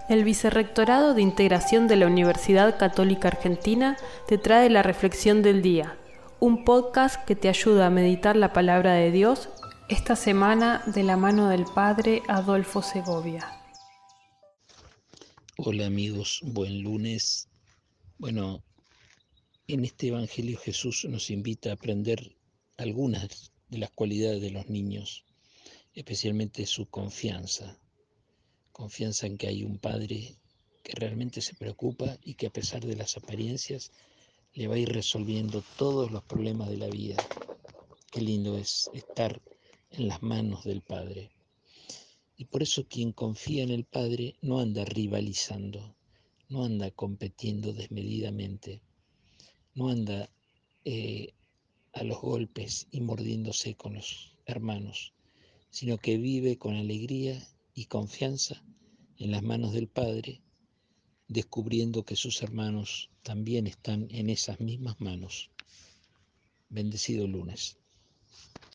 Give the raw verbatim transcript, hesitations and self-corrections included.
El Vicerrectorado de Integración de la Universidad Católica Argentina te trae la Reflexión del Día, un podcast que te ayuda a meditar la palabra de Dios esta semana de la mano del Padre Adolfo Segovia. Hola amigos, buen lunes. Bueno, en este Evangelio Jesús nos invita a aprender algunas de las cualidades de los niños, especialmente su confianza, confianza en que hay un Padre que realmente se preocupa y que a pesar de las apariencias le va a ir resolviendo todos los problemas de la vida. Qué lindo es estar en las manos del Padre. Y por eso quien confía en el Padre no anda rivalizando, no anda compitiendo desmedidamente, no anda eh, a los golpes y mordiéndose con los hermanos, sino que vive con alegría y confianza en las manos del Padre, descubriendo que sus hermanos también están en esas mismas manos. Bendecido lunes.